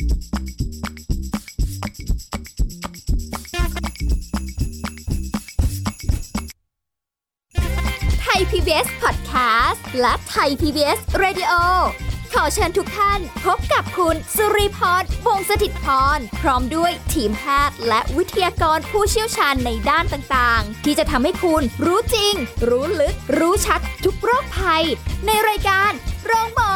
ไทย PBS Podcast และไทย PBS Radio ขอเชิญทุกท่านพบกับคุณสุริพร วงศ์สถิตพรพร้อมด้วยทีมแพทย์และวิทยากรผู้เชี่ยวชาญในด้านต่างๆที่จะทำให้คุณรู้จริงรู้ลึกรู้ชัดทุกโรคภัยในรายการโรงหมอ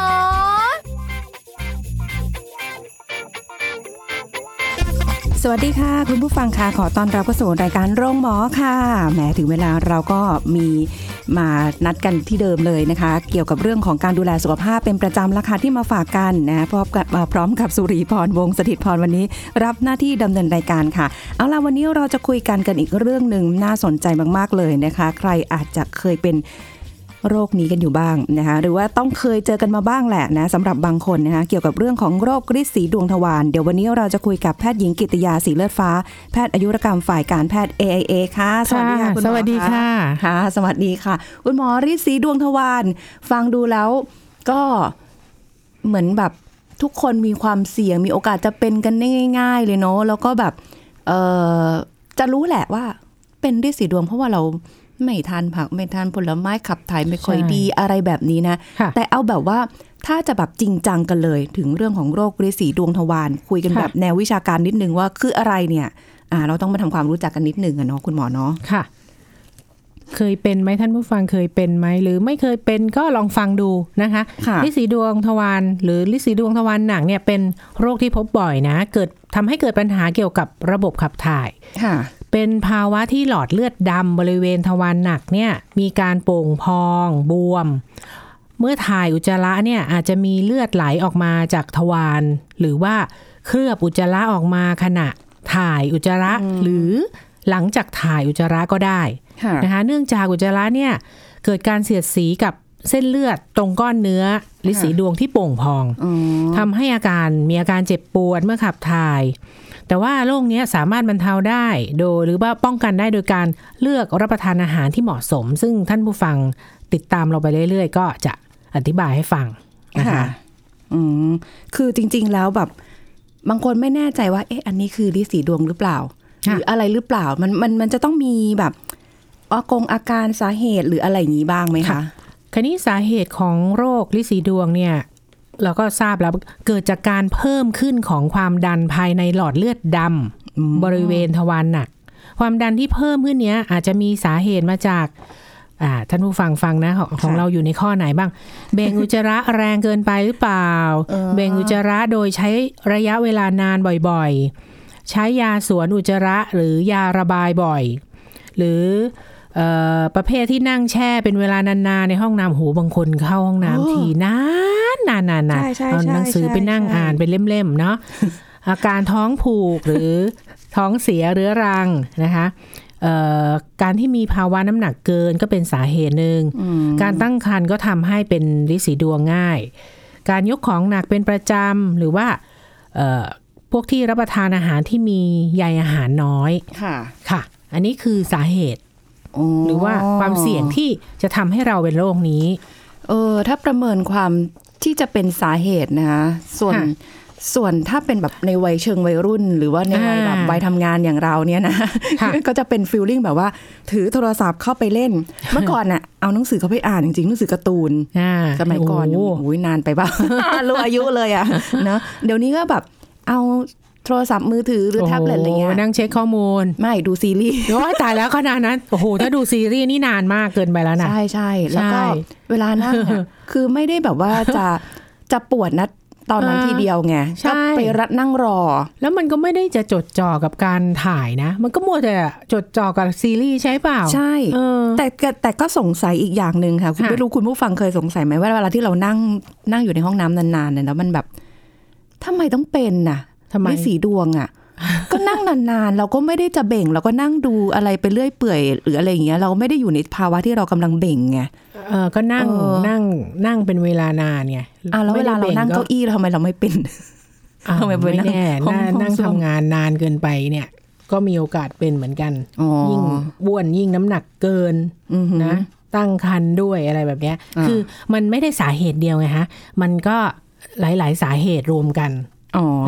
สวัสดีค่ะคุณผู้ฟังค่ะขอต้อนรับเข้าสู่รายการโรงหมอค่ะแหมถึงเวลาเราก็มีมานัดกันที่เดิมเลยนะคะเกี่ยวกับเรื่องของการดูแลสุขภาพเป็นประจำราคาที่มาฝากกันนะพร้อมกับสุริพร วงศ์สถิตพรวันนี้รับหน้าที่ดำเนินรายการค่ะเอาล่ะวันนี้เราจะคุยกันอีกเรื่องนึงน่าสนใจมากๆเลยนะคะใครอาจจะเคยเป็นโรคนี้กันอยู่บ้างนะคะหรือว่าต้องเคยเจอกันมาบ้างแหละนะสำหรับบางคนนะคะเกี่ยวกับเรื่องของโรคฤทธิ์สีดวงทวารเดี๋ยววันนี้เราจะคุยกับแพทย์หญิงกิตติยาสีเลือดฟ้าแพทย์อายุรกรรมฝ่ายการแพทย์ AIA ค่ะสวัสดีค่ะคุณหมอสวัสดีค่ะค่ะสวัสดีค่ะคุณหมอฤทธิ์สีดวงทวารฟังดูแล้วก็เหมือนแบบทุกคนมีความเสี่ยงมีโอกาสจะเป็นกันได้ง่ายๆเลยเนาะแล้วก็แบบจะรู้แหละว่าเป็นฤทธิ์สีดวงเพราะว่าเราไม่ทานผักไม่ทานผลไม้ขับถ่ายไม่ค่อยดีอะไรแบบนี้นะแต่เอาแบบว่าถ้าจะแบบจริงจังกันเลยถึงเรื่องของโรคฤทธิ์สีดวงทวารคุยกันแบบแนววิชาการนิดนึงว่าคืออะไรเนี่ยเราต้องมาทำความรู้จักกันนิดนึงอะเนาะคุณหมอเนาะค่ะเคยเป็นไหมท่านผู้ฟังเคยเป็นไหมหรือไม่เคยเป็นก็ลองฟังดูนะคะฤทธิ์สีดวงทวารหรือฤทธิ์สีดวงทวารหนักเนี่ยเป็นโรคที่พบบ่อยนะทำให้เกิดปัญหาเกี่ยวกับระบบขับถ่ายเป็นภาวะที่หลอดเลือดดำบริเวณทวารหนักเนี่ยมีการโป่งพองบวมเมื่อถ่ายอุจจาระเนี่ยอาจจะมีเลือดไหลออกมาจากทวารหรือว่าเคลือบอุจจาระออกมาขณะถ่ายอุจจาระหรือหลังจากถ่ายอุจจาระก็ได้นะคะเนื่องจากอุจจาระเนี่ยเกิดการเสียดสีกับเส้นเลือดตรงก้อนเนื้อฤทธิ์สีดวงที่โป่งพองทำให้มีอาการเจ็บปวดเมื่อขับถ่ายแต่ว่าโรคนี้สามารถบรรเทาได้หรือว่าป้องกันได้โดยการเลือกรับประทานอาหารที่เหมาะสมซึ่งท่านผู้ฟังติดตามเราไปเรื่อยๆก็จะอธิบายให้ฟังนะคะคือจริงๆแล้วแบบบางคนไม่แน่ใจว่าอันนี้คือฤทธิ์สีดวงหรือเปล่าหรืออะไรหรือเปล่ามันจะต้องมีแบบอาการสาเหตุหรืออะไรอย่างนี้บ้างไหมคะคราวนี้สาเหตุของโรคฤทธิ์สีดวงเนี่ยเราก็ทราบแล้วเกิดจากการเพิ่มขึ้นของความดันภายในหลอดเลือดดำบริเวณทวารหนักความดันที่เพิ่มขึ้นเนี้ยอาจจะมีสาเหตุมาจากท่านผู้ฟังนะของเราอยู่ในข้อไหนบ้างเบ่งอุจจาระแรงเกินไปหรือเปล่าเบ่งอุจจาระโดยใช้ระยะเวลานานบ่อยๆใช้ยาสวนอุจจาระหรือยาระบายบ่อยหรือประเภทที่นั่งแช่เป็นเวลานานๆในห้องน้ำหูบางคนเข้าห้องน้ำทีนานเอาหนังสือไปนั่งอ่านเป็นเล่มๆเนาะอาการท้องผูกหรือท้องเสียเรื้อรังนะคะการที่มีภาวะน้ำหนักเกินก็เป็นสาเหตุหนึ่งการตั้งครรภ์ก็ทำให้เป็นฤทธิ์สีดวงง่ายการยกของหนักเป็นประจำหรือว่าพวกที่รับประทานอาหารที่มีใยอาหารน้อยค่ะอันนี้คือสาเหตุหรือว่าความเสี่ยงที่จะทำให้เราเป็นโรคนี้ถ้าประเมินความที่จะเป็นสาเหตุนะคะส่วนถ้าเป็นแบบในวัยเชิงวัยรุ่นหรือว่าในวัยแบบวัยทำงานอย่างเราเนี่ยนะก็จะเป็นฟีลลิ่งแบบว่าถือโทรศัพท์เข้าไปเล่นเมื่อก่อนน่ะเอาหนังสือเข้าไปอ่านจริงๆหนังสือการ์ตูนสมัยก่อนนานไปป่ะรู้อายุเลยอะเนาะเดี๋ยวนี้ก็แบบเอาโทรศัพท์มือถือหรือแท็บเล็ตอะไรเงี้ยนั่งเช็คข้อมูลไม่ดูซีรีส์โอ้ยตายแล้วขนาดนั้นโอ้โหถ้าดูซีรีส์นี่นานมากเกินไปแล้วนะใช่แล้วก็เวลานั่งคือไม่ได้แบบว่าจะปวดนะตอนนั้นทีเดียวไงก็ไปรัดนั่งรอแล้วมันก็ไม่ได้จะจดจ่อกับการถ่ายนะมันก็มัวแต่จดจ่อกับซีรีส์ใช่เปล่าใช่แต่ก็สงสัยอีกอย่างนึงค่ะคุณไม่รู้คุณผู้ฟังเคยสงสัยไหมว่าเวลาที่เรานั่งอยู่ในห้องน้ำนานๆเนี่ยแล้วมันแบบทำไมต้องเป็นน่ะฤทธิ์สีดวงอ่ะก็นั่งนานๆเราก็ไม่ได้จะเบ่งเราก็นั่งดูอะไรไปเรื่อยเปื่อยหรืออะไรอย่างเงี้ยเราไม่ได้อยู่ในภาวะที่เรากำลังเบ่งไงก็นั่งเป็นเวลานานไงแล้วเวลาเรานั่งเก้าอี้ทำไมเราไม่เป็นทำไมไม่แน่นั่งทำงานนานเกินไปเนี่ยก็มีโอกาสเป็นเหมือนกันยิ่งบ้วนยิ่งน้ำหนักเกินนะตั้งครรภ์ด้วยอะไรแบบเนี้ยคือมันไม่ได้สาเหตุเดียวไงฮะมันก็หลายๆสาเหตุรวมกัน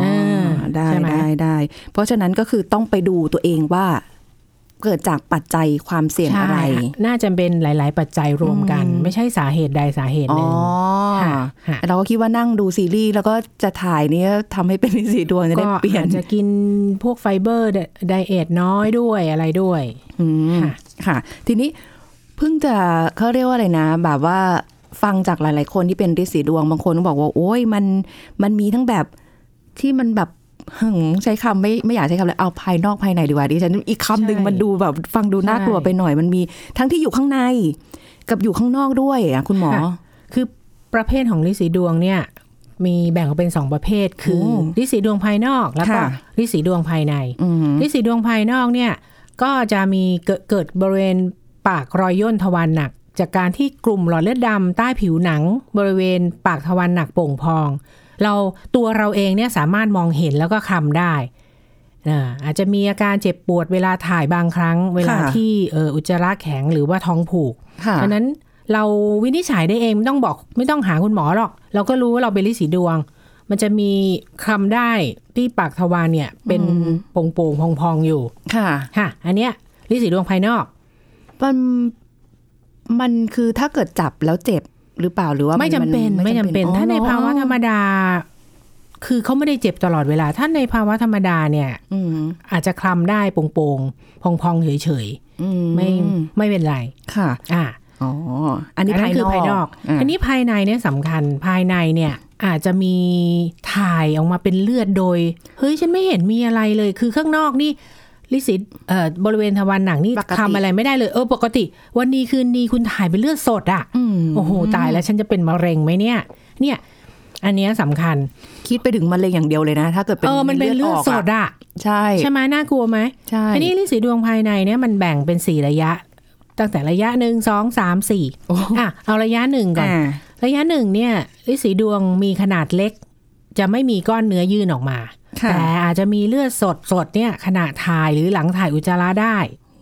ได้เพราะฉะนั้นก็คือต้องไปดูตัวเองว่าเกิดจากปัจจัยความเสี่ยงอะไรน่าจะเป็นหลายๆปัจจัยรวมกันไม่ใช่สาเหตุใดสาเหตุหนึ่งเราก็คิดว่านั่งดูซีรีส์แล้วก็จะถ่ายนี้ทำให้เป็นสีดวงจะได้เปลี่ยนจะกินพวกไฟเบอร์ไดเอทน้อยด้วยอะไรด้วยค่ะทีนี้เพิ่งจะเขาเรียกว่าอะไรนะแบบว่าฟังจากหลายๆคนที่เป็นฤทธิ์สีดวงบางคนก็บอกว่าโอ้ยมันมีทั้งแบบที่มันแบบใช้คำไม่อยากใช้คำเลยเอาภายนอกภายในดีกว่าดิฉันอีกคำหนึ่งมันดูแบบฟังดูน่ากลัวไปหน่อยมันมีทั้งที่อยู่ข้างในกับอยู่ข้างนอกด้วยอ่ะคุณหมอคือประเภทของฤทธิ์สีดวงเนี่ยมีแบ่งออกเป็น2ประเภทคือฤทธิ์สีดวงภายนอกแล้วก็ฤทธิ์สีดวงภายในฤทธิ์สีดวงภายนอกเนี่ยก็จะมีเกิดบริเวณปากรอยย่นทวารหนักจากการที่กลุ่มหลอดเลือดดำใต้ผิวหนังบริเวณปากทวารหนักโป่งพองตัวเราเองเนี่ยสามารถมองเห็นแล้วก็คลำได้อาจจะมีอาการเจ็บปวดเวลาถ่ายบางครั้งเวลาที่อุจจาระแข็งหรือว่าท้องผูกฉะนั้นเราวินิจฉัยได้เองไม่ต้องหาคุณหมอหรอกเราก็รู้ว่าเราเป็นฤทธิ์สีดวงมันจะมีคลำได้ที่ปากทวารเนี่ยเป็นโป่งๆพองๆอยู่ค่ะอันเนี้ยฤทธิ์สีดวงภายนอกมันคือถ้าเกิดจับแล้วเจ็บหรือเปล่าหรือว่าไม่จำเป็นถ้าในภาวะธรรมดาคือเขาไม่ได้เจ็บตลอดเวลาถ้าในภาวะธรรมดาเนี่ยอาจจะคลำได้โป่งๆพองๆเฉยๆไม่เป็นไรค่ะอันนี้คือภายนอกอันนี้ภายในเนี่ยสำคัญภายในเนี่ยอาจจะมีถ่ายออกมาเป็นเลือดโดยเฮ้ยฉันไม่เห็นมีอะไรเลยคือข้างนอกนี่ลิสิตบริเวณทวารหนังนี่ทำอะไรไม่ได้เลยปกติวันนี้คืนนี้คุณถ่ายเป็นเลือดสดอ่ะโอ้โหตายแล้วฉันจะเป็นมะเร็งไหมเนี่ยอันนี้สำคัญคิดไปถึงมะเร็งอย่างเดียวเลยนะถ้าเกิดเป็นมันเป็นเลือดสดอ่ะใช่ไหมน่ากลัวไหมใช่อันนี้ลิสิตดวงภายในเนี่ยมันแบ่งเป็น4ระยะตั้งแต่ระยะ1 2 3 4เอาระยะ1ก่อนระยะ1เนี่ยลิสิตดวงมีขนาดเล็กจะไม่มีก้อนเนื้อยื่นออกมาแต่อาจจะมีเลือดสดเนี่ยขณะถ่ายหรือหลังถ่ายอุจจาระได้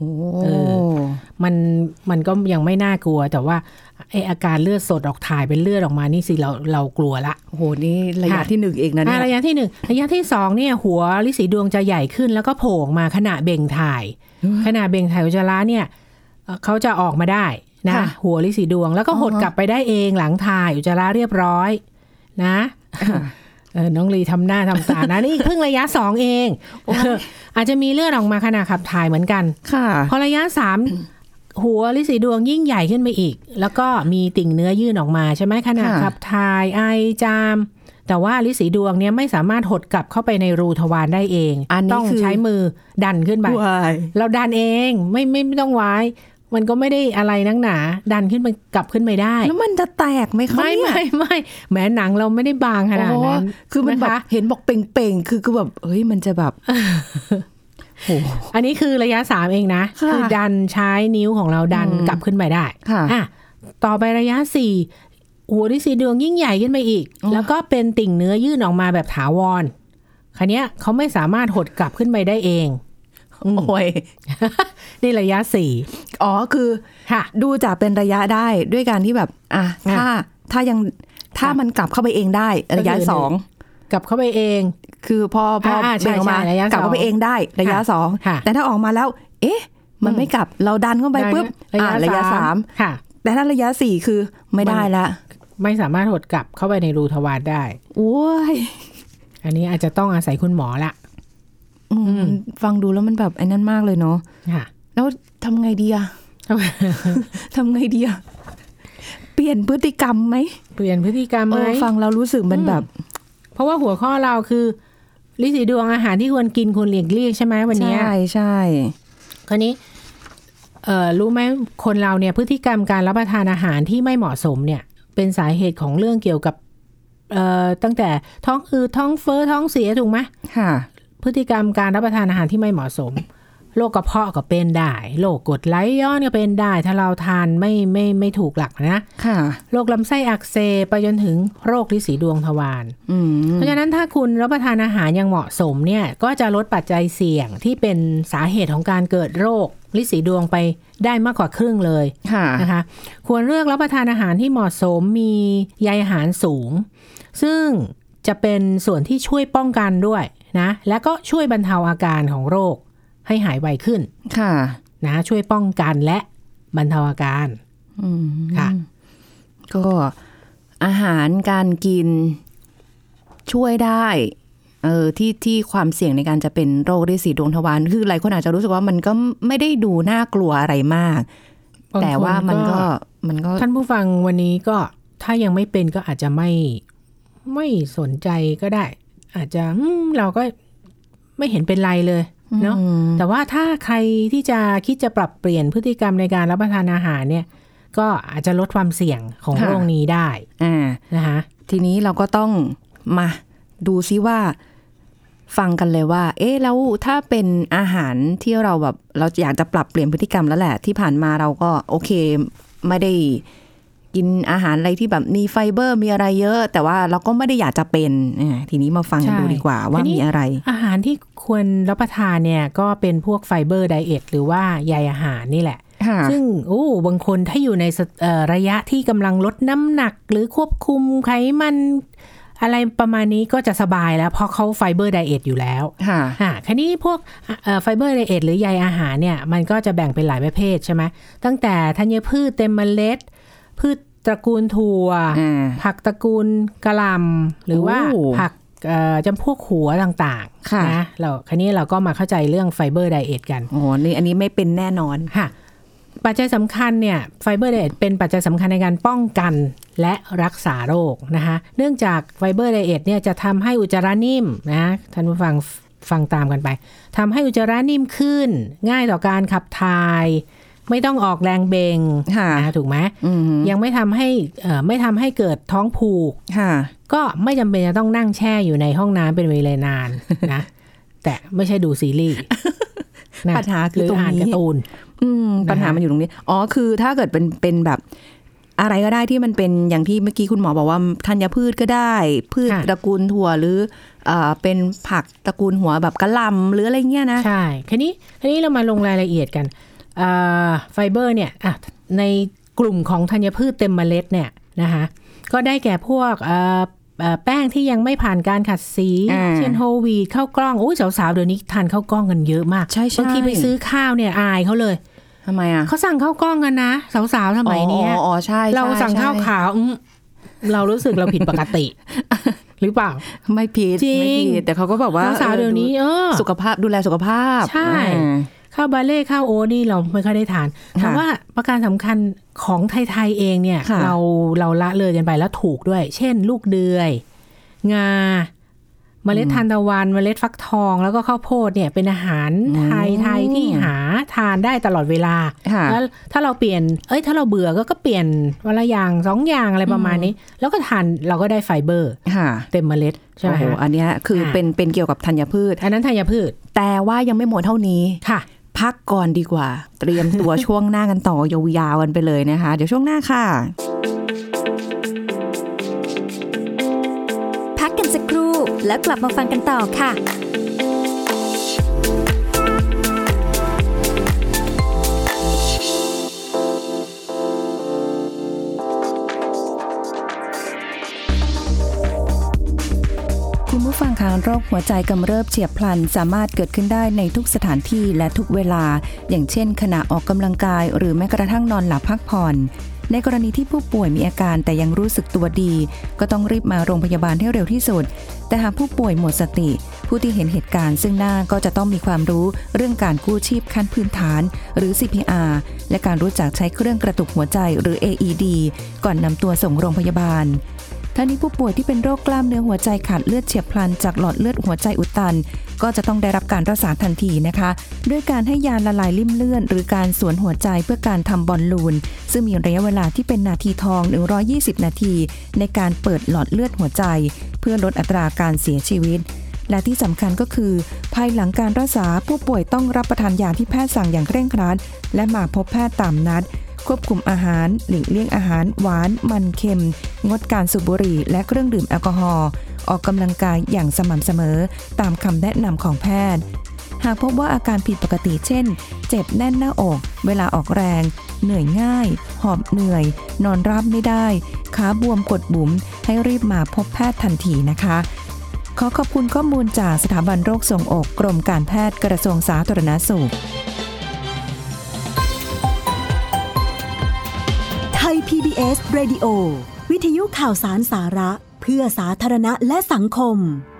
มันก็ยังไม่น่ากลัวแต่ว่าไออาการเลือดสดออกถ่ายเป็นเลือดออกมานี่สิเรากลัวละโอ้โหนี่ระยะที่1เองนะเนี่ยระยะที่1ระยะที่2เนี่ยหัวฤทธิ์สีดวงจะใหญ่ขึ้นแล้วก็โผล่มาขณะเบ่งถ่ายขณะเบ่งถ่ายอุจจาระเนี่ยเขาจะออกมาได้นะหัวฤทธิ์สีดวงแล้วก็หดกลับไปได้เองหลังถ่ายอุจจาระเรียบร้อยนะน้องลีทำหน้าทำตานะนี่เพิ่งระยะ2เองอาจจะมีเลือดออกมาขณะขับถ่ายเหมือนกันพอระยะ3หัวฤทธิ์สีดวงยิ่งใหญ่ขึ้นไปอีกแล้วก็มีติ่งเนื้อยื่นออกมาใช่ไหมขณะขับถ่ายไอจามแต่ว่าฤทธิ์สีดวงเนี่ยไม่สามารถหดกลับเข้าไปในรูทวารได้เองต้องใช้มือดันขึ้นไปเราดันเองไม่ต้องไว้มันก็ไม่ได้อะไรนักหนาดันขึ้นไปกลับขึ้นไปได้แล้วมันจะแตกไหมคะไม่แม้หนังเราไม่ได้บางขนาดนั้นคือมันแบบเห็นบอกเป่งๆคือแบบเฮ้ยมันจะแบบอันนี้คือระยะ3เองนะคือดันใช้นิ้วของเราดันกลับขึ้นไปได้ต่อไประยะ4หัวฤทธิ์สีดวงยิ่งใหญ่ขึ้นไปอีกแล้วก็เป็นติ่งเนื้อยื่นออกมาแบบถาวรคราวนี้เขาไม่สามารถหดกลับขึ้นไปได้เองโอ้ยนี่ระยะ4 คือดูจะเป็นระยะได้ด้วยการที่แบบถ้ามันกลับเข้าไปเองได้ระยะ2 กลับเข้าไปเองคือพอเบ่งออกมากลับเข้าไปเองได้ระยะ2แต่ถ้าออกมาแล้วมันไม่กลับเราดันเข้าไปปุ๊บระยะ3แต่ถ้าระยะ4คือไม่ได้ละไม่สามารถหดกลับเข้าไปในรูทวารได้โอ้ยอันนี้อาจจะต้องอาศัยคุณหมอละฟังดูแล้วมันแบบไอ้นั่นมากเลยเนาะแล้วทำไงดีอะทำไงดีอะเปลี่ยนพฤติกรรมไหมเปลี่ยนพฤติกรรมไหมฟังเรารู้สึกมันแบบเพราะว่าหัวข้อเราคือฤทธิ์สีดวงอาหารที่ควรกินควรหลีกเลี่ยงใช่ไหมวันนี้ใช่คราวนี้รู้ไหมคนเราเนี่ยพฤติกรรมการรับประทานอาหารที่ไม่เหมาะสมเนี่ยเป็นสาเหตุของเรื่องเกี่ยวกับตั้งแต่ท้องอืดท้องเฟ้อท้องเสียถูกไหมค่ะพฤติกรรมการรับประทานอาหารที่ไม่เหมาะสมโรคกระเพาะก็เป็นได้โรคกรดไหลย้อนก็เป็นได้ถ้าเราทานไม่ถูกหลักนะค่ะโรคลำไส้อักเสบไปจนถึงโรคฤทธิ์สีดวงทวารเพราะฉะนั้นถ้าคุณรับประทานอาหารอย่างเหมาะสมเนี่ยก็จะลดปัจจัยเสี่ยงที่เป็นสาเหตุของการเกิดโรคฤทธิ์สีดวงไปได้มากกว่าครึ่งเลยนะคะควรเลือกรับประทานอาหารที่เหมาะสมมีใยอาหารสูงซึ่งจะเป็นส่วนที่ช่วยป้องกันด้วยนะแล้วก็ช่วยบรรเทาอาการของโรคให้หายไวขึ้นค่ะนะช่วยป้องกันและบรรเทาอาการค่ะก็อาหารการกินช่วยได้ที่ความเสี่ยงในการจะเป็นโรคฤๅษีดวงทวารคือหลายคนอาจจะรู้สึกว่ามันก็ไม่ได้ดูน่ากลัวอะไรมากแต่ว่ามันก็ท่านผู้ฟังวันนี้ก็ถ้ายังไม่เป็นก็อาจจะไม่สนใจก็ได้อาจจะเราก็ไม่เห็นเป็นไรเลยเนาะแต่ว่าถ้าใครที่จะคิดจะปรับเปลี่ยนพฤติกรรมในการรับประทานอาหารเนี่ยก็อาจจะลดความเสี่ยงของโรคนี้ได้นะคะทีนี้เราก็ต้องมาดูซิว่าฟังกันเลยว่าแล้วถ้าเป็นอาหารที่เราแบบเราอยากจะปรับเปลี่ยนพฤติกรรมแล้วแหละที่ผ่านมาเราก็โอเคไม่ได้กินอาหารอะไรที่แบบมีไฟเบอร์มีอะไรเยอะแต่ว่าเราก็ไม่ได้อยากจะเป็นทีนี้มาฟังกันดูดีกว่าว่ามีอะไรอาหารที่ควรรับประทานเนี่ยก็เป็นพวกไฟเบอร์ไดเอทหรือว่าใยอาหารนี่แหละซึ่งบางคนถ้าอยู่ในระยะที่กำลังลดน้ำหนักหรือควบคุมไขมันอะไรประมาณนี้ก็จะสบายแล้วเพราะเขาไฟเบอร์ไดเอทอยู่แล้วคราวนี้พวกไฟเบอร์ไดเอทหรือใยอาหารเนี่ยมันก็จะแบ่งเป็นหลายประเภทใช่ไหมตั้งแต่ธัญพืชเต็มเมล็ดพืชตระกูลถั่วผักตระกูลกะหล่ำหรือว่าผักจำพวกหัวต่างๆนะคราวนี้เราก็มาเข้าใจเรื่องไฟเบอร์ไดเอทกันนี่อันนี้ไม่เป็นแน่นอนค่ะปัจจัยสำคัญเนี่ยไฟเบอร์ไดเอทเป็นปัจจัยสำคัญในการป้องกันและรักษาโรคนะคะเนื่องจากไฟเบอร์ไดเอทเนี่ยจะทำให้อุจจาระนิ่มนะท่านผู้ฟังตามกันไปทำให้อุจจาระนิ่มขึ้นง่ายต่อการขับถ่ายไม่ต้องออกแรงเบงนะถูกไหมยังไม่ทำให้เกิดท้องผูกก็ไม่จำเป็นจะต้องนั่งแช่อยู่ในห้องน้ำเป็นเวลานานนะแต่ไม่ใช่ดูซีรีส์ปัญหาคือตรงนี้การ์ตูนปัญหามันอยู่ตรงนี้คือถ้าเกิดเป็นแบบอะไรก็ได้ที่มันเป็นอย่างที่เมื่อกี้คุณหมอบอกว่าธัญพืชก็ได้พืชตระกูลถั่วหรือเป็นผักตระกูลหัวแบบกะหล่ำหรืออะไรเงี้ยนะใช่ทีนี้เรามาลงรายละเอียดกันไฟเบอร์เนี่ยในกลุ่มของธัญพืชเต็มเมล็ดเนี่ยนะคะก็ได้แก่พวกแป้งที่ยังไม่ผ่านการขัดสีเช่นโฮลวีตข้าวกล้องสาวๆเดี๋ยวนี้ทานข้าวกล้องกันเยอะมากบางทีไปซื้อข้าวเนี่ยอายเขาเลยทำไมเขาสั่งข้าวกล้องกันนะสาวๆสมัยนี้ใช่เราสั่งข้าวขาวเรารู้สึกเราผิดปกติหรือเปล่าไม่ผิดแต่เขาก็บอกว่าสาวๆเดี๋ยวนี้สุขภาพดูแลสุขภาพใช่ข้าวบาเล่ข้าวโอ๊ตนี่เราไม่ค่อยได้ทานแต่ว่าประการสำคัญของไทยๆเองเนี่ยเราละเลยกันไปแล้วถูกด้วยเช่นลูกเดือยงาเมล็ดทานตะวันเมล็ดฟักทองแล้วก็ข้าวโพดเนี่ยเป็นอาหารไทยที่หาทานได้ตลอดเวลาแล้วถ้าเราเปลี่ยนถ้าเราเบื่อก็เปลี่ยนวันละอย่าง2อย่างอะไรประมาณนี้แล้วก็ทานเราก็ได้ไฟเบอร์เต็มเมล็ดใช่ไหมอันนี้คือเป็นเกี่ยวกับธัญพืชอันนั้นธัญพืชแต่ว่ายังไม่หมดเท่านี้ค่ะพักก่อนดีกว่าเตรียมตัว ช่วงหน้ากันต่อยาวๆกันไปเลยนะคะเดี๋ยวช่วงหน้าค่ะพักกันสักครู่แล้วกลับมาฟังกันต่อค่ะคุณผู้ฟังคะโรคหัวใจกำเริบเฉียบพลันสามารถเกิดขึ้นได้ในทุกสถานที่และทุกเวลาอย่างเช่นขณะออกกำลังกายหรือแม้กระทั่งนอนหลับพักผ่อนในกรณีที่ผู้ป่วยมีอาการแต่ยังรู้สึกตัวดีก็ต้องรีบมาโรงพยาบาลให้เร็วที่สุดแต่หากผู้ป่วยหมดสติผู้ที่เห็นเหตุการณ์ซึ่งหน้าก็จะต้องมีความรู้เรื่องการกู้ชีพขั้นพื้นฐานหรือ CPR และการรู้จักใช้เครื่องกระตุกหัวใจหรือ AED ก่อนนำตัวส่งโรงพยาบาลทั้งนี้ผู้ป่วยที่เป็นโรคกล้ามเนื้อหัวใจขาดเลือดเฉียบพลันจากหลอดเลือดหัวใจอุดตันก็จะต้องได้รับการรักษาทันทีนะคะด้วยการให้ยาละลายริ่มเลือดหรือการสวนหัวใจเพื่อการทำบอลลูนซึ่งมีระยะเวลาที่เป็นนาทีทอง120นาทีในการเปิดหลอดเลือดหัวใจเพื่อลดอัตราการเสียชีวิตและที่สำคัญก็คือภายหลังการรักษาผู้ป่วยต้องรับประทานยาที่แพทย์สั่งอย่างเคร่งครัดและมาพบแพทย์ตามนัดควบคุมอาหารหลีกเลี่ยงอาหารหวานมันเค็มงดการสูบบุหรี่และเครื่องดื่มแอลกอฮอล์ออกกำลังกายอย่างสม่ำเสมอตามคำแนะนำของแพทย์หากพบว่าอาการผิดปกติเช่นเจ็บแน่นหน้าอกเวลาออกแรงเหนื่อยง่ายหอบเหนื่อยนอนราบไม่ได้ขาบวมกดบุ๋มให้รีบมาพบแพทย์ทันทีนะคะขอขอบคุณข้อมูลจากสถาบันโรคทรวงอกกรมการแพทย์กระทรวงสาธารณสุขไทย PBS Radio วิทยุข่าวสารสาระเพื่อสาธารณะและสังคม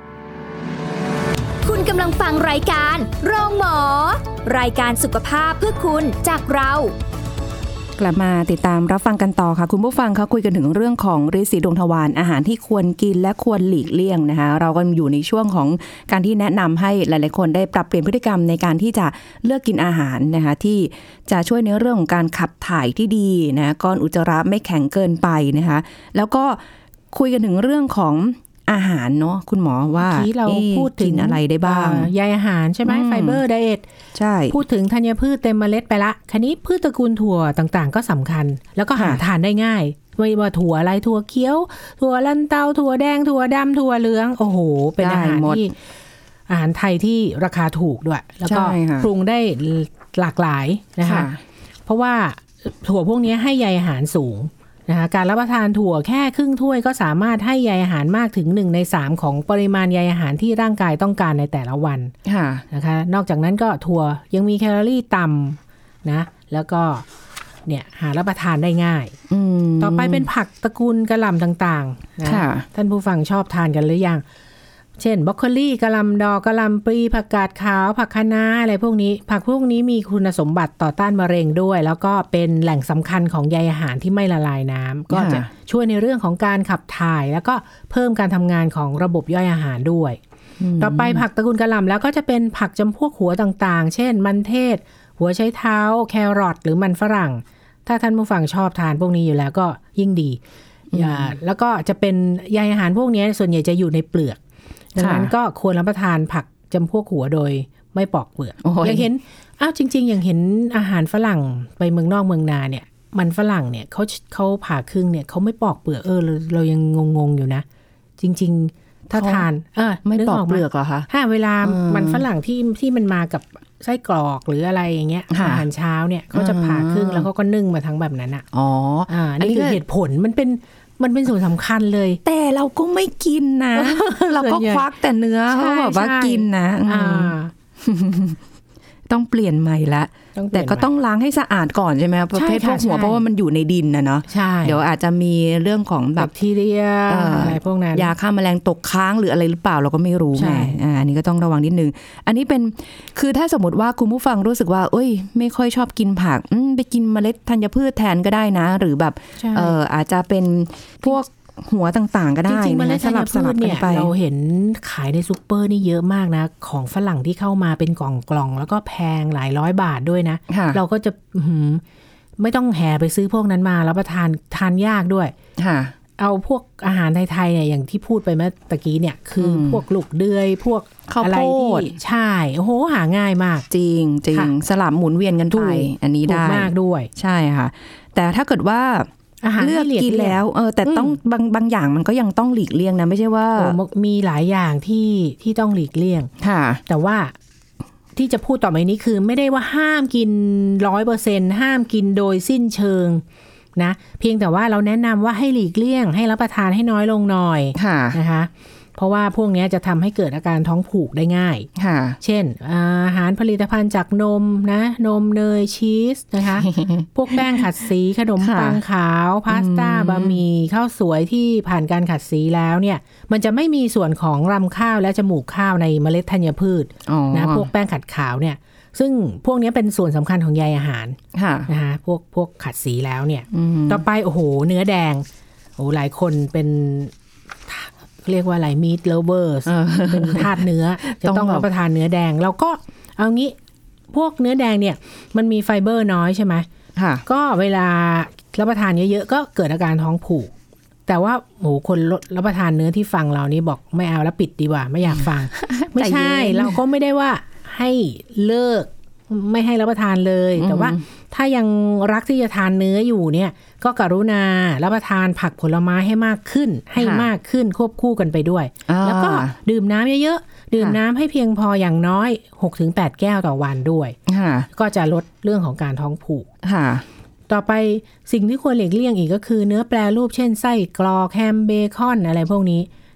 คุณกำลังฟังรายการโรงหมอรายการสุขภาพเพื่อคุณจากเรากลับมาติดตามรับฟังกันต่อค่ะคุณผู้ฟังคะคุยกันถึงเรื่องของฤทธิ์สีดวงทวารอาหารที่ควรกินและควรหลีกเลี่ยงนะคะเราก็อยู่ในช่วงของการที่แนะนำให้หลายๆคนได้ปรับเปลี่ยนพฤติกรรมในการที่จะเลือกกินอาหารนะคะที่จะช่วยในเรื่องของการขับถ่ายที่ดีนะก้อนอุจจาระไม่แข็งเกินไปนะคะแล้วก็คุยกันถึงเรื่องของอาหารเนาะคุณหมอว่าที่เราพูดถึงอะไรได้บ้างใยอาหารใช่ไหมไฟเบอร์ไดเอทใช่พูดถึงธัญพืชเต็มเมล็ดไปละคันนี้พืชตระกูลถั่วต่างๆก็สำคัญแล้วก็หาทานได้ง่ายไม่ว่าถั่วอะไรถั่วเขียวถั่วลันเตาถั่วแดงถั่วดำถั่วเหลืองโอ้โหเป็นอาหารที่อาหารไทยที่ราคาถูกด้วยแล้วก็ปรุงได้หลากหลายนะคะเพราะว่าถั่วพวกนี้ให้ใยอาหารสูงนะคะการรับประทานถั่วแค่ครึ่งถ้วยก็สามารถให้ใยอาหารมากถึง1 ใน 3ของปริมาณใยอาหารที่ร่างกายต้องการในแต่ละวันนะคะนอกจากนั้นก็ถั่วยังมีแคลอรี่ต่ำนะแล้วก็เนี่ยหารับประทานได้ง่ายต่อไปเป็นผักตระกูลกะหล่ำต่างๆนะท่านผู้ฟังชอบทานกันหรือยังเช่นบรอกโคลีกะหล่ำดอกกะหล่ำปลีผักกาดขาวผักคะน้าอะไรพวกนี้ผักพวกนี้มีคุณสมบัติต่อต้านมะเร็งด้วยแล้วก็เป็นแหล่งสำคัญของใยอาหารที่ไม่ละลายน้ำก็จะช่วยในเรื่องของการขับถ่ายแล้วก็เพิ่มการทำงานของระบบย่อยอาหารด้วยต่อไปผักตระกูลกะหล่ำแล้วก็จะเป็นผักจำพวกหัวต่างๆเช่นมันเทศหัวไชเท้าแครอทหรือมันฝรั่งถ้าท่านผู้ฟังชอบทานพวกนี้อยู่แล้วก็ยิ่งดีแล้วก็จะเป็นใยอาหารพวกนี้ส่วนใหญ่จะอยู่ในเปลือกดังนั้นก็ควรรับประทานผักจำพวกหัวโดยไม่ปอกเปลือกอย่างเห็นจริงๆอย่างเห็นอาหารฝรั่งไปเมืองนอกเมืองนาเนี่ยมันฝรั่งเนี่ยเขาผ่าครึ่งเนี่ยเขาไม่ปอกเปลือกเรายังงงๆอยู่นะจริงๆถ้าทานไม่ปอกเปลือกเหรอคะเวลามันฝรั่งที่มันมากับไส้กรอกหรืออะไรอย่างเงี้ยอาหารเช้าเนี่ยเขาจะผ่าครึ่งแล้วเขาก็นึ่งมาทั้งแบบนั้นนี่คือเหตุผลมันเป็นส่วนสำคัญเลยแต่เราก็ไม่กินนะ เราก็ควักแต่เนื้อเขาแบบว่ากินนะต้องเปลี่ยนใหม่ละแต่ก็ต้องล้างให้สะอาดก่อนใช่ไหมประเภทพวกหัวเพราะว่ามันอยู่ในดินนะเนาะเดี๋ยวอาจจะมีเรื่องของแบบแบคทีเรียอะไรพวกนั้นยาฆ่าแมลงตกค้างหรืออะไรหรือเปล่าเราก็ไม่รู้ไงอันนี้ก็ต้องระวังนิดนึงอันนี้เป็นคือถ้าสมมติว่าคุณผู้ฟังรู้สึกว่าเอ้ยไม่ค่อยชอบกินผักไปกินเมล็ดธัญพืชแทนก็ได้นะหรือแบบอาจจะเป็นพวกหัวต่างๆก็ได้จริงๆมันสลับเนี่ยเราเห็นขายในซุปเปอร์นี่เยอะมากนะของฝรั่งที่เข้ามาเป็นกล่องๆแล้วก็แพงหลายร้อยบาทด้วยนะเราก็จะไม่ต้องแห่ไปซื้อพวกนั้นมาแล้วประทานยากด้วยเอาพวกอาหารไทยๆเนี่ยอย่างที่พูดไปเมื่อตะกี้เนี่ยคือพวกลูกเดือยพวกอะไรที่ใช่โอ้โหหาง่ายมากจริงสลับหมุนเวียนกันไปอันนี้ได้มากด้วยใช่ค่ะแต่ถ้าเกิดว่าเลือกกินแล้วแต่ต้องบางอย่างมันก็ยังต้องหลีกเลี่ยงนะไม่ใช่ว่ามีหลายอย่างที่ต้องหลีกเลี่ยงแต่ว่าที่จะพูดต่อไปนี้คือไม่ได้ว่าห้ามกิน 100% ห้ามกินโดยสิ้นเชิงนะเพียงแต่ว่าเราแนะนำว่าให้หลีกเลี่ยงให้รับประทานให้น้อยลงหน่อยนะคะเพราะว่าพวกนี้จะทำให้เกิดอาการท้องผูกได้ง่ายเช่นอาหารผลิตภัณฑ์จากนมนะนมเนยชีสนะคะ พวกแป้งขัดสีขนมปังขาวพาสต้าบะหมี่ข้าวสวยที่ผ่านการขัดสีแล้วเนี่ยมันจะไม่มีส่วนของรำข้าวและจมูกข้าวในเมล็ดธัญพืชนะพวกแป้งขัดขาวเนี่ยซึ่งพวกนี้เป็นส่วนสำคัญของใยอาหารนะคะพวกขัดสีแล้วเนี่ยต่อไปโอ้โหเนื้อแดงโอ้หลายคนเป็นเรียกว่าอะไร meat lovers เป็นทาสเนื้อจะต้องรับประทานเนื้อแดงเราก็เอางี้พวกเนื้อแดงเนี่ยมันมีไฟเบอร์น้อยใช่ไหมก็เวลารับประทานเยอะๆก็เกิดอาการท้องผูกแต่ว่าโหคนรับประทานเนื้อที่ฟังเรานี่บอกไม่เอาแล้วปิดดีกว่าไม่อยากฟัง ไม่ใช่เราก็ไม่ได้ว่าให้เลิกไม่ให้รับประทานเลยแต่ว่าถ้ายังรักที่จะทานเนื้ออยู่เนี่ยก็กรุณารับประทานผักผลไม้ให้มากขึ้นให้มากขึ้นควบคู่กันไปด้วยแล้วก็ดื่มน้ำเยอะๆดื่มน้ำให้เพียงพออย่างน้อย 6-8 แก้วต่อวันด้วยก็จะลดเรื่องของการท้องผูกต่อไปสิ่งที่ควรหลีกเลี่ยงอีกก็คือเนื้อแปรรูปเช่นไส้กรอกแฮมเบคอนอะไรพวกนี้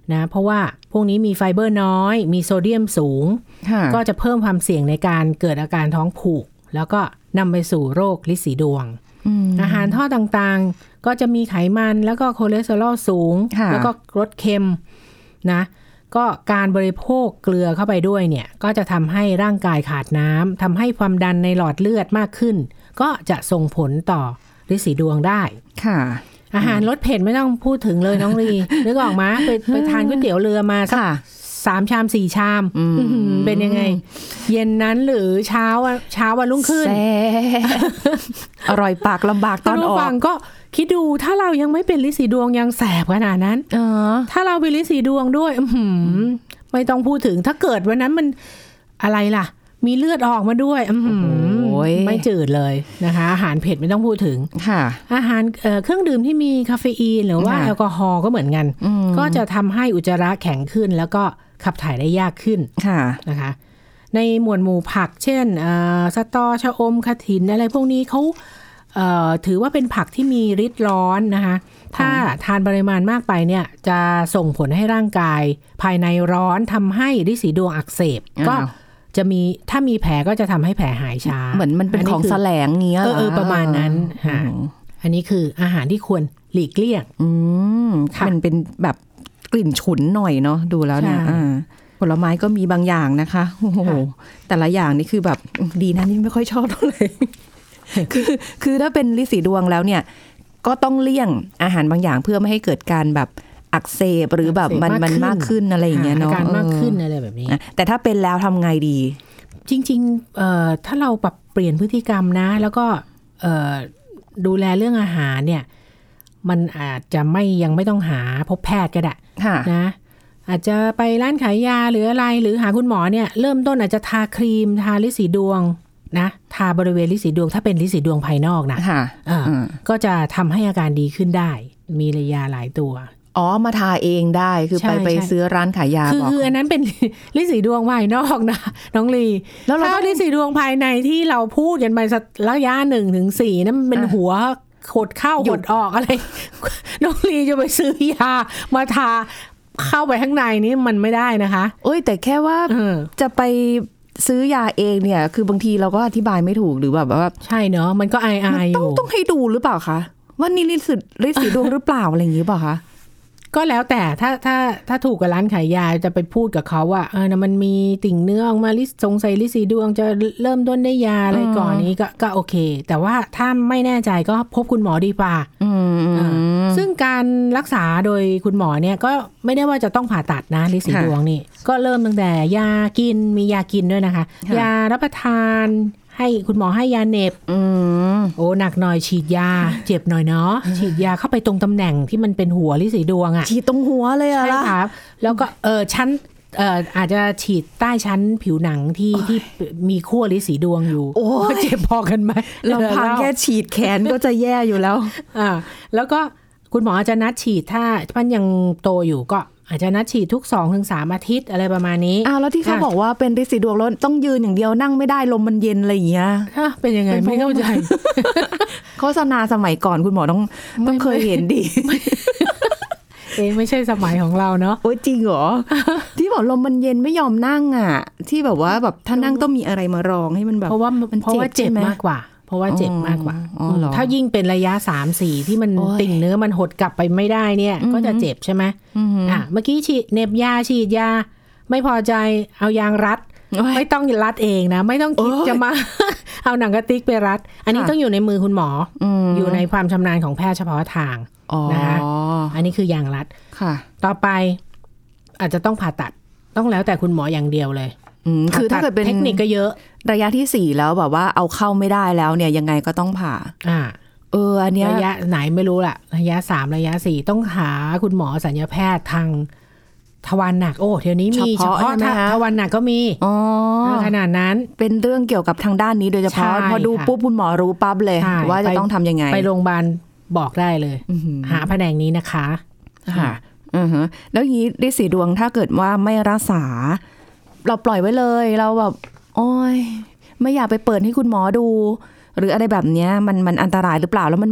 นะเพราะว่าพวกนี้มีไฟเบอร์น้อยมีโซเดียมสูงก็จะเพิ่มความเสี่ยงในการเกิดอาการท้องผูกแล้วก็นำไปสู่โรคลินสีดวงอาหารทอดต่างๆก็จะมีไขมันแล้วก็คอเลสเตอรอลสูงแล้วก็รสเค็มนะก็การบริโภคเกลือเข้าไปด้วยเนี่ยก็จะทำให้ร่างกายขาดน้ำทำให้ความดันในหลอดเลือดมากขึ้นก็จะส่งผลต่อลินสีดวงได้ค่ะอาหารรสเผ็ดไม่ต้องพูดถึงเลยน้องลีนึกออกมาไปทานก๋วยเตี๋ยวเรือมาสัก3 ชาม 4 ชามเป็นยังไงเย็นนั้นหรือเช้าวันรุ่งขึ้นอร่อยปากลำบากตอนออกฟังก็คิดดูถ้าเรายังไม่เป็นลินสีดวงยังแสบขนาดนั้นถ้าเราเป็นลินสีดวงด้วยไม่ต้องพูดถึงถ้าเกิดวันนั้นมันอะไรล่ะมีเลือดออกมาด้วยไม่จืดเลยนะคะอาหารเผ็ดไม่ต้องพูดถึงอาหารเครื่องดื่มที่มีคาเฟอีนหรือว่าแอลกอฮอล์ก็เหมือนกันก็จะทำให้อุจจาระแข็งขึ้นแล้วก็ขับถ่ายได้ยากขึ้นนะคะในหมวดหมู่ผักเช่นสตอชะอมกระถินอะไรพวกนี้เขาถือว่าเป็นผักที่มีฤทธิ์ร้อนนะคะถ้าทานปริมาณมากไปเนี่ยจะส่งผลให้ร่างกายภายในร้อนทำให้ลินสีดวงอักเสบก็จะมีถ้ามีแผลก็จะทำให้แผลหายช้าเหมือนมันเป็นของแสลงเงี้ยประมาณนั้นอันนี้คืออาหารที่ควรหลีกเลี่ยงมันเป็นแบบกลิ่นฉุนหน่อยเนาะดูแล้วเนี่ยผลไม้ก็มีบางอย่างนะคะโอ้โหแต่ละอย่างนี่คือแบบดีนะนี่ไม่ค่อยชอบเท่าไหร่คือถ้าเป็นลินสีดวงแล้วเนี่ยก็ต้องเลี่ยงอาหารบางอย่างเพื่อไม่ให้เกิดการแบบอักเสบหรือแบบมันมากขึ้นอะไรอย่างเงี้ยเนาะอาการมากขึ้นอะไรแบบนี้แต่ถ้าเป็นแล้วทำไงดีจริงๆถ้าเราปรับเปลี่ยนพฤติกรรมนะแล้วก็ดูแลเรื่องอาหารเนี่ยมันอาจจะยังไม่ต้องหาพบแพทย์ก็ได้นะอาจจะไปร้านขายยาหรืออะไรหรือหาคุณหมอเนี่ยเริ่มต้นอาจจะทาครีมทาลินสีดวงนะทาบริเวณลินสีดวงถ้าเป็นลินสีดวงภายนอกนะก็จะทำให้อาการดีขึ้นได้มียาหลายตัวมาทาเองได้คือไปซื้อร้านขายยาคืออันนั้นเป็นลินสีดวงภายนอกนะน้องลีแล้วถ้าลินสีดวงภายในที่เราพูดกันไประยะ 1-4 นั่นเป็นหัวขดเข้าขดออกอะไรน้องลีจะไปซื้อยามาทาเข้าไปข้างในนี่มันไม่ได้นะคะแต่แค่ว่าจะไปซื้อยาเองเนี่ยคือบางทีเราก็อธิบายไม่ถูกหรือแบบว่าใช่เนาะมันก็อายๆอยู่ต้องให้ดูหรือเปล่าคะว่านี่ลินสีดวงหรือเปล่าอะไรอย่างนี้เปล่าคะก็แล้วแต่ถ้าถูกกับร้านขายยาจะไปพูดกับเขาว่านะมันมีติ่งเนื้อออกมาสงสัยลินสีดวงจะเริ่มต้นได้ยาอะไรก่อนนี้ก็โอเคแต่ว่าถ้าไม่แน่ใจก็พบคุณหมอดีกว่าซึ่งการรักษาโดยคุณหมอเนี่ยก็ไม่ได้ว่าจะต้องผ่าตัดนะลินสีดวงนี่ก็เริ่มตั้งแต่ยากินมียากินด้วยนะคะยารับประทานให้คุณหมอให้ยาเหน็บหนักหน่อยฉีดยาเจ็บหน่อยเนาะฉีดยาเข้าไปตรงตำแหน่งที่มันเป็นหัวลินสีดวงฉีดตรงหัวเลยอะใช่ครับแล้วก็ชั้นอาจจะฉีดใต้ชั้นผิวหนังที่มีขั้วลินสีดวงอยู่เจ็บพอกันไหมลำพังแค่ฉีดแขนก็จะแย่อยู่แล้วแล้วก็คุณหมออาจจะนัดฉีดถ้ามันยังโตอยู่ก็อาจจะนัดฉีดทุก 2-3 อาทิตย์อะไรประมาณนี้แล้วที่เขาบอกว่าเป็นลินสีดวงแล้วต้องยืนอย่างเดียวนั่งไม่ได้ลมมันเย็นอะไรอย่างเงี้ยเป็นยังไงไม่เข้าใจโฆษณาสมัยก่อนคุณหมอต้องเคยเห็นดีไม่ใช่สมัยของเราเนาะจริงเหรอที่บอกลมมันเย็นไม่ยอมนั่งที่แบบว่าแบบถ้านั่งต้องมีอะไรมารองให้มันแบบเพราะว่าเจ็บมากกว่าเพราะว่าเจ็บมากกว่าถ้ายิ่งเป็นระยะ 3-4 ที่มันติ่งเนื้อมันหดกลับไปไม่ได้เนี่ยก็จะเจ็บใช่ไหมเมื่อกี้ฉีดเน็บยาฉีดยาไม่พอใจเอายางรัดไม่ต้องรัดเองนะไม่ต้องคิดจะมาเอาหนังกระติกไปรัดอันนี้ต้องอยู่ในมือคุณหมออยู่ในความชำนาญของแพทย์เฉพาะทางนะคะอันนี้คือยางรัดต่อไปอาจจะต้องผ่าตัดต้องแล้วแต่คุณหมออย่างเดียวเลยคือถ้าเกิดเป็นเทคนิคก็เยอะระยะที่4แล้วแบบว่าเอาเข้าไม่ได้แล้วเนี่ยยังไงก็ต้องผ่าอันนี้ระยะไหนไม่รู้ล่ะระยะ3ระยะ4ต้องหาคุณหมอศัลยแพทย์ทางทวารหนักเดี๋ยวนี้มีเฉพาะทวารหนักก็มีขนาดนั้นเป็นเรื่องเกี่ยวกับทางด้านนี้โดยเฉพาะพอดูปุ๊บคุณหมอรู้ปั๊บเลยว่าจะต้องทำยังไงไปโรงพยาบาลบอกได้เลยหาแผนกนี้นะคะแล้วนี้ลินสีดวงถ้าเกิดว่าไม่รักษาเราปล่อยไว้เลยเราแบบไม่อยากไปเปิดให้คุณหมอดูหรืออะไรแบบนี้มันอันตรายหรือเปล่าแล้วมัน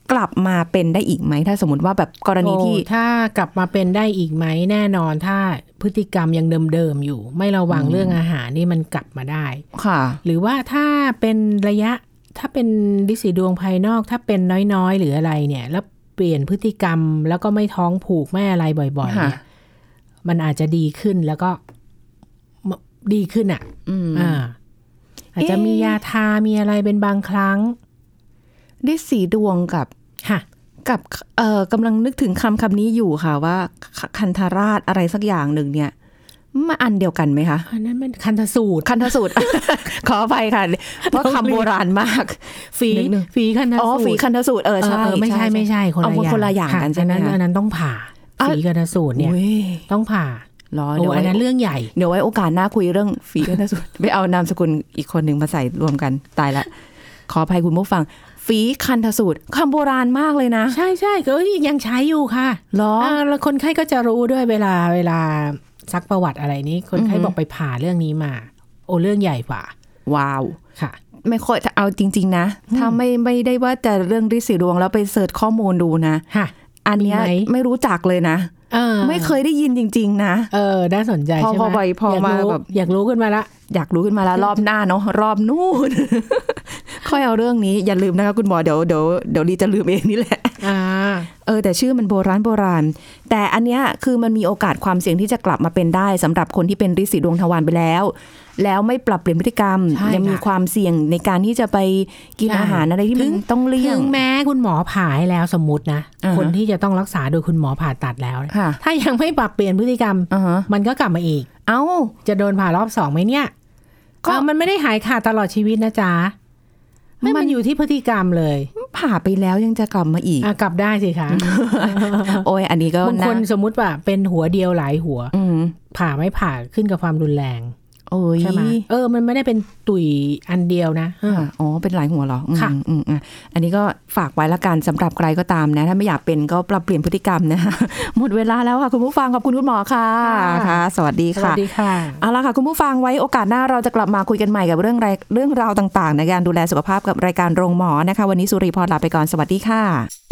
กลับมาเป็นได้อีกไหมถ้าสมมติว่าแบบกรณีที่ถ้ากลับมาเป็นได้อีกไหมแน่นอนถ้าพฤติกรรมยังเดิมๆอยู่ไม่ระวังเรื่องอาหารนี่มันกลับมาได้ค่ะหรือว่าถ้าเป็นระยะถ้าเป็นฤทธิ์สีดวงภายนอกถ้าเป็นน้อยๆหรืออะไรเนี่ยแล้วเปลี่ยนพฤติกรรมแล้วก็ไม่ท้องผูกไม่อะไรบ่อยๆเนี่ยมันอาจจะดีขึ้นแล้วก็ดีขึ้นอาจจะมียาทามีอะไรเป็นบางครั้งฤทธิ์สีดวงกับกำลังนึกถึงคำนี้อยู่ค่ะว่าคันธราชอะไรสักอย่างหนึ่งเนี่ยมาอันเดียวกันไหมคะอันนั้นมันคันธสูตรขออภัยค่ะเพราะคำโบราณมากฝีคันธสูตรฝีคันธสูตรใช่ไม่ใช่คนละอย่างกันใช่ไหมอันนั้นต้องผ่าฝีคันธสูตรเนี่ยต้องผ่าเดี๋ยวอันนั้นเรื่องใหญ่เดี๋ยวไว้โอกาสหน้าคุยเรื่องฝีคันธสูตรไปเอานามสกุลอีกคนหนึ่งมาใส่รวมกันตายละขออภัยคุณผู้ฟังฝีคันธสูตรคำโบราณมากเลยนะใช่ก็ยังใช้อยู่ค่ะแล้วคนไข้ก็จะรู้ด้วยเวลาซักประวัติอะไรนี้คนไข้บอกไปผ่าเรื่องนี้มาโอ้เรื่องใหญ่กว่าว้าวค่ะไม่ค่อยเอาจริงๆนะถ้าไม่ได้ว่าแต่เรื่องฤทธิ์สีดวงแล้วไปเสิร์ชข้อมูลดูนะอันนี้ไม่รู้จักเลยนะไม่เคยได้ยินจริงๆนะน่าสนใจใช่ไหมพอมาแบบอยากรู้ขึ้นมาละรอบหน้าเนาะรอบนู่นค่อยเอาเรื่องนี้อย่าลืมนะคะคุณหมอเดี๋ยวลีจะลืมเองนี่แหละแต่ชื่อมันโบราณแต่อันเนี้ยคือมันมีโอกาสความเสี่ยงที่จะกลับมาเป็นได้สำหรับคนที่เป็นฤทธิ์สีดวงทวารไปแล้วไม่ปรับเปลี่ยนพฤติกรรมยังมีความเสี่ยงในการที่จะไปกินอาหารอะไรที่มันต้องเลี่ยงถึงแม้คุณหมอผ่าให้แล้วสมมุตินะคนที่จะต้องรักษาโดยคุณหมอผ่าตัดแล้วถ้ายังไม่ปรับเปลี่ยนพฤติกรรมมันก็กลับมาอีกจะโดนผ่ารอบ2ไหมเนี่ยมันไม่ได้หายขาดตลอดชีวิตนะจ๊ะมันอยู่ที่พฤติกรรมเลยผ่าไปแล้วยังจะกลับมาอีกกลับได้สิคะโอ้ยอันนี้ก็บางคนสมมุติว่าเป็นหัวเดียวหลายหัวผ่าไม่ผ่าขึ้นกับความรุนแรงใช่ไหมมันไม่ได้เป็นตุ่ยอันเดียวนะเป็นหลายหัวเหรอค่ะอันนี้ก็ฝากไว้ละกันสำหรับใครก็ตามนะถ้าไม่อยากเป็นก็ปรับเปลี่ยนพฤติกรรมนะคะหมดเวลาแล้วค่ะคุณผู้ฟังขอบคุณคุณหมอค่ะสวัสดีค่ะเอาละค่ะคุณผู้ฟังไว้โอกาสหน้าเราจะกลับมาคุยกันใหม่กับเรื่องราวต่างๆในการดูแลสุขภาพกับรายการโรงหมอนะคะวันนี้สุริพรลาไปก่อนสวัสดีค่ะ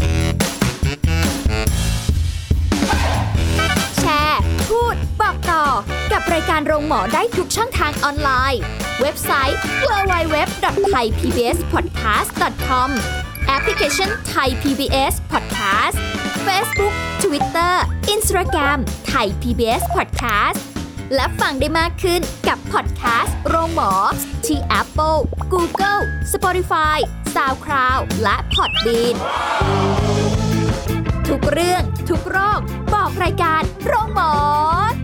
พูดบอกต่อกับรายการโรงหมอได้ทุกช่องทางออนไลน์เว็บไซต์ www.thaipbspodcast.com แอปพลิเคชัน Thai PBS Podcast Facebook Twitter Instagram Thai PBS Podcast และฟังได้มากขึ้นกับพอดแคสต์โรงหมอที่ Apple, Google, Spotify, SoundCloud และ Podbeanทุกเรื่องทุกโรคบอกรายการโรงหมอ